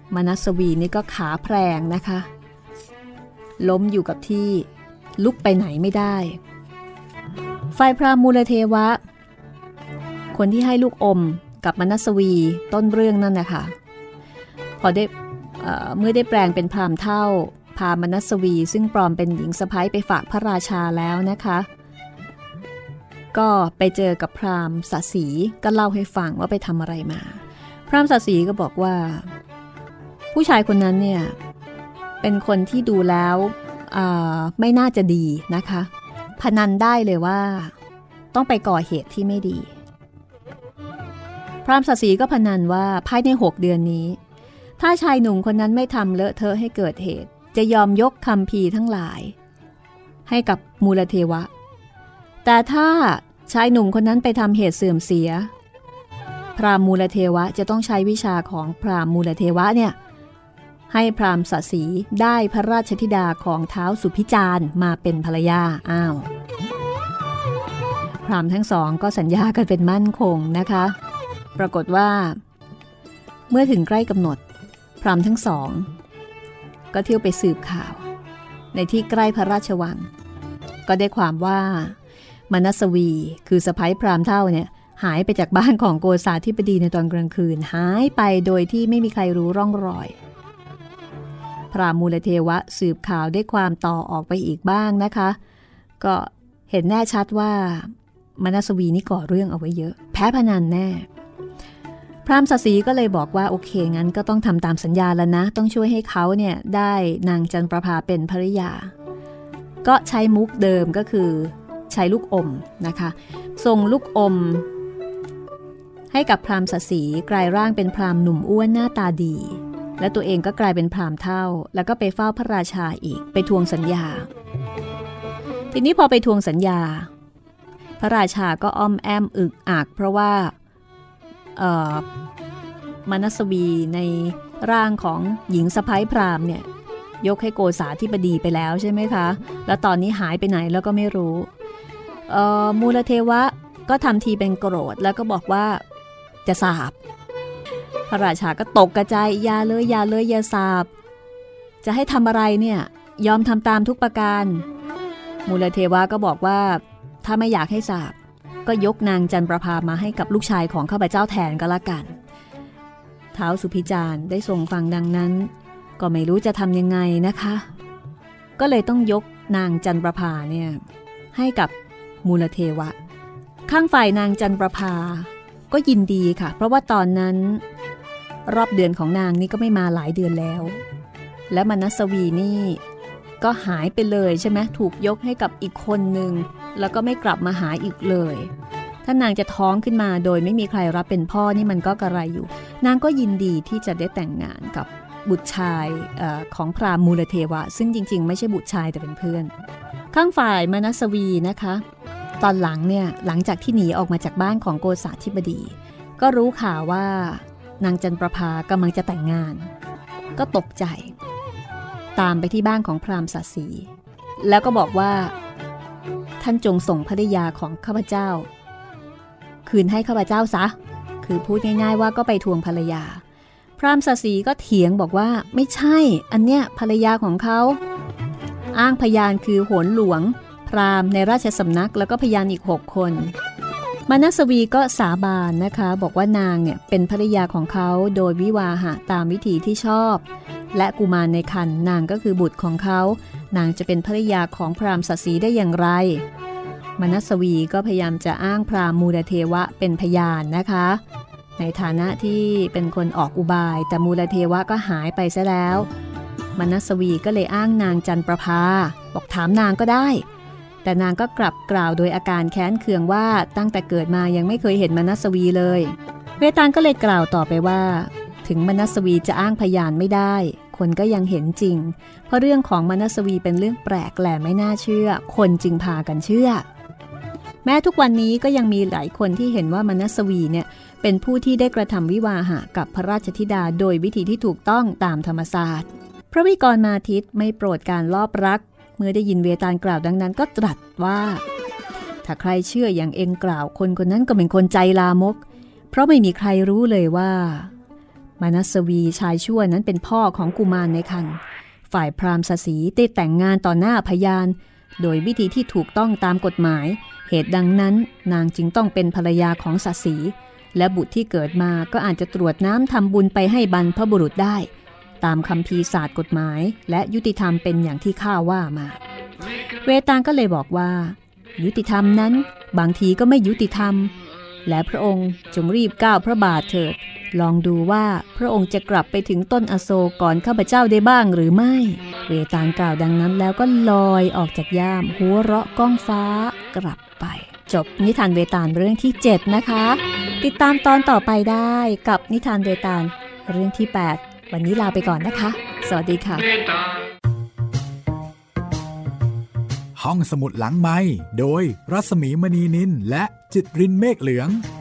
มนัสวีนี่ก็ขาแพร่งนะคะล้มอยู่กับที่ลุกไปไหนไม่ได้ฝ่ายพราหมณ์มูลเทวะคนที่ให้ลูกอมกับมนัสวีต้นเรื่องนั่นนะคะพอได้เมื่อได้แปลงเป็นพราหมณ์เฒ่าพามนัสวีซึ่งปลอมเป็นหญิงสะใภ้ไปฝากพระราชาแล้วนะคะก็ไปเจอกับพราหมณ์สสีก็เล่าให้ฟังว่าไปทำอะไรมาพราหมณ์สสีก็บอกว่าผู้ชายคนนั้นเนี่ยเป็นคนที่ดูแล้วไม่น่าจะดีนะคะพนันได้เลยว่าต้องไปก่อเหตุที่ไม่ดีพราหมณ์สสีก็พนันว่าภายใน6 เดือนนี้ถ้าชายหนุ่มคนนั้นไม่ทำเลอะเทอะให้เกิดเหตุจะยอมยกคัมภีร์ทั้งหลายให้กับมูลเทวะแต่ถ้าชายหนุ่มคนนั้นไปทำเหตุเสื่อมเสียพราหมณ์มูลเทวะจะต้องใช้วิชาของพราหมณ์มูลเทวะเนี่ยให้พราหมณ์สสีได้พระราชธิดาของท้าวสุพิจารมาเป็นภรรยาพราหมณ์ทั้งสองก็สัญญากันเป็นมั่นคงนะคะปรากฏว่าเมื่อถึงใกล้กำหนดพราหมณ์ทั้งสองก็เที่ยวไปสืบข่าวในที่ใกล้พระราชวังก็ได้ความว่ามนัสวีคือสะใภ้พราหมณ์เฒ่าเนี่ยหายไปจากบ้านของโกษาธิบดีในตอนกลางคืนหายไปโดยที่ไม่มีใครรู้ร่องรอยพราหมณ์มูลเทวะสืบข่าวได้ความต่อออกไปอีกบ้างนะคะก็เห็นแน่ชัดว่ามนัสวีนี่ก่อเรื่องเอาไว้เยอะแพ้พนันแน่พราหมณ์สสีก็เลยบอกว่าโอเคงั้นก็ต้องทำตามสัญญาแล้วนะต้องช่วยให้เขาเนี่ยได้นางจันประภาเป็นภริยาก็ใช้มุกเดิมก็คือใช้ลูกอมนะคะส่งลูกอมให้กับพราหมณ์สสีกลายร่างเป็นพราหมณ์หนุ่มอ้วนหน้าตาดีและตัวเองก็กลายเป็นพราหมณ์เฒ่าแล้วก็ไปเฝ้าพระราชาอีกไปทวงสัญญาทีนี้พอไปทวงสัญญาพระราชาก็อ้อมแอมอึกอักเพราะว่ามนัสวีในร่างของหญิงสะใภ้พราหมณ์เนี่ยยกให้โกษาธิบดีไปแล้วใช่ไหมคะแล้วตอนนี้หายไปไหนแล้วก็ไม่รู้มูลเทวะก็ทำทีเป็นโกรธแล้วก็บอกว่าจะสาปพระราชาก็ตกกระจายอย่าเลยอย่าสาปจะให้ทำอะไรเนี่ยยอมทำตามทุกประการมูลเทวะก็บอกว่าถ้าไม่อยากให้สาปก็ยกนางจันประภามาให้กับลูกชายของข้าพเจ้าแทนก็แล้วกันท้าวสุพิจารได้ทรงฟังดังนั้นก็ไม่รู้จะทำยังไงนะคะก็เลยต้องยกนางจันประภาเนี่ยให้กับมูลเทวะข้างฝ่ายนางจันประภาก็ยินดีค่ะเพราะว่าตอนนั้นรอบเดือนของนางนี่ก็ไม่มาหลายเดือนแล้วและมนัสวีนี่ก็หายไปเลยใช่ไหมถูกยกให้กับอีกคนหนึ่งแล้วก็ไม่กลับมาหาอีกเลยถ้านางจะท้องขึ้นมาโดยไม่มีใครรับเป็นพ่อนี่มันก็กระไรอยู่นางก็ยินดีที่จะได้แต่งงานกับบุตรชายของพราหมณ์มูลเทวะซึ่งจริงๆไม่ใช่บุตรชายแต่เป็นเพื่อนข้างฝ่ายมนัสวีนะคะตอนหลังเนี่ยหลังจากที่หนีออกมาจากบ้านของโกษาธิบดีก็รู้ข่าวว่านางจันประภากำลังจะแต่งงานก็ตกใจตามไปที่บ้านของพราหมณ์สสีแล้วก็บอกว่าท่านจงส่งภริยาของข้าพเจ้าคืนให้ข้าพเจ้าซะคือพูดง่ายๆว่าก็ไปทวงภรรยาพราหมณ์สสีก็เถียงบอกว่าไม่ใช่อันเนี้ยภรรยาของเขาอ้างพยานคือโหนหลวงพราหมณ์ในราชสำนักแล้วก็พยานอีก6 คนมนัสวีก็สาบานนะคะบอกว่านางเนี่ยเป็นภริยาของเขาโดยวิวาหะตามวิธีที่ชอบและกุมารในครรภ์นางก็คือบุตรของเขานางจะเป็นภริยาของพราหมณ์สสีได้อย่างไรมนัสวีก็พยายามจะอ้างพราหมณ์มูลเทวะเป็นพยานนะคะในฐานะที่เป็นคนออกอุบายแต่มูลเทวะก็หายไปซะแล้วมนัสวีก็เลยอ้างนางจันประภาบอกถามนางก็ได้แต่นางก็กลับกล่าวโดยอาการแค้นเคืองว่าตั้งแต่เกิดมายังไม่เคยเห็นมนัสวีเลยเวตาลก็เลยกล่าวต่อไปว่าถึงมนัสวีจะอ้างพยานไม่ได้คนก็ยังเห็นจริงเพราะเรื่องของมนัสวีเป็นเรื่องแปลกแหลมไม่น่าเชื่อคนจึงพากันเชื่อแม้ทุกวันนี้ก็ยังมีหลายคนที่เห็นว่ามนัสวีเนี่ยเป็นผู้ที่ได้กระทำวิวาหะกับพระราชธิดาโดยวิธีที่ถูกต้องตามธรรมศาสตร์พระวิกรมาทิตย์ไม่โปรดการลอบรักเมื่อได้ยินเวตาลกล่าวดังนั้นก็ตรัสว่าถ้าใครเชื่ออย่างเองกล่าวคนคนนั้นก็เป็นคนใจลามกเพราะไม่มีใครรู้เลยว่ามานัสวีชายชั่วนั้นเป็นพ่อของกุมารในครรภ์ฝ่ายพราหมณ์ศรีได้แต่งงานต่อหน้าพยานโดยวิธีที่ถูกต้องตามกฎหมายเหตุดังนั้นนางจึงต้องเป็นภรรยาของศรีและบุตรที่เกิดมาก็อาจจะตรวจน้ำทำบุญไปให้บรรพบุรุษได้ตามคัมภีร์ศาสตร์กฎหมายและยุติธรรมเป็นอย่างที่ข้าว่ามาเวตาลก็เลยบอกว่ายุติธรรมนั้นบางทีก็ไม่ยุติธรรมและพระองค์จงรีบก้าวพระบาทเถิดลองดูว่าพระองค์จะกลับไปถึงต้นอโศกก่อนข้าพเจ้าได้บ้างหรือไม่เวตาลกล่าวดังนั้นแล้วก็ลอยออกจากย่ามหัวเราะก้องฟ้ากลับไปจบนิทานเวตาลเรื่องที่7นะคะติดตามตอนต่อไปได้กับนิทานเวตาลเรื่องที่8วันนี้ลาไปก่อนนะคะสวัสดีค่ะห้องสมุดหลังไมค์โดยรัศมีมณีนินและจิตรินเมฆเหลือง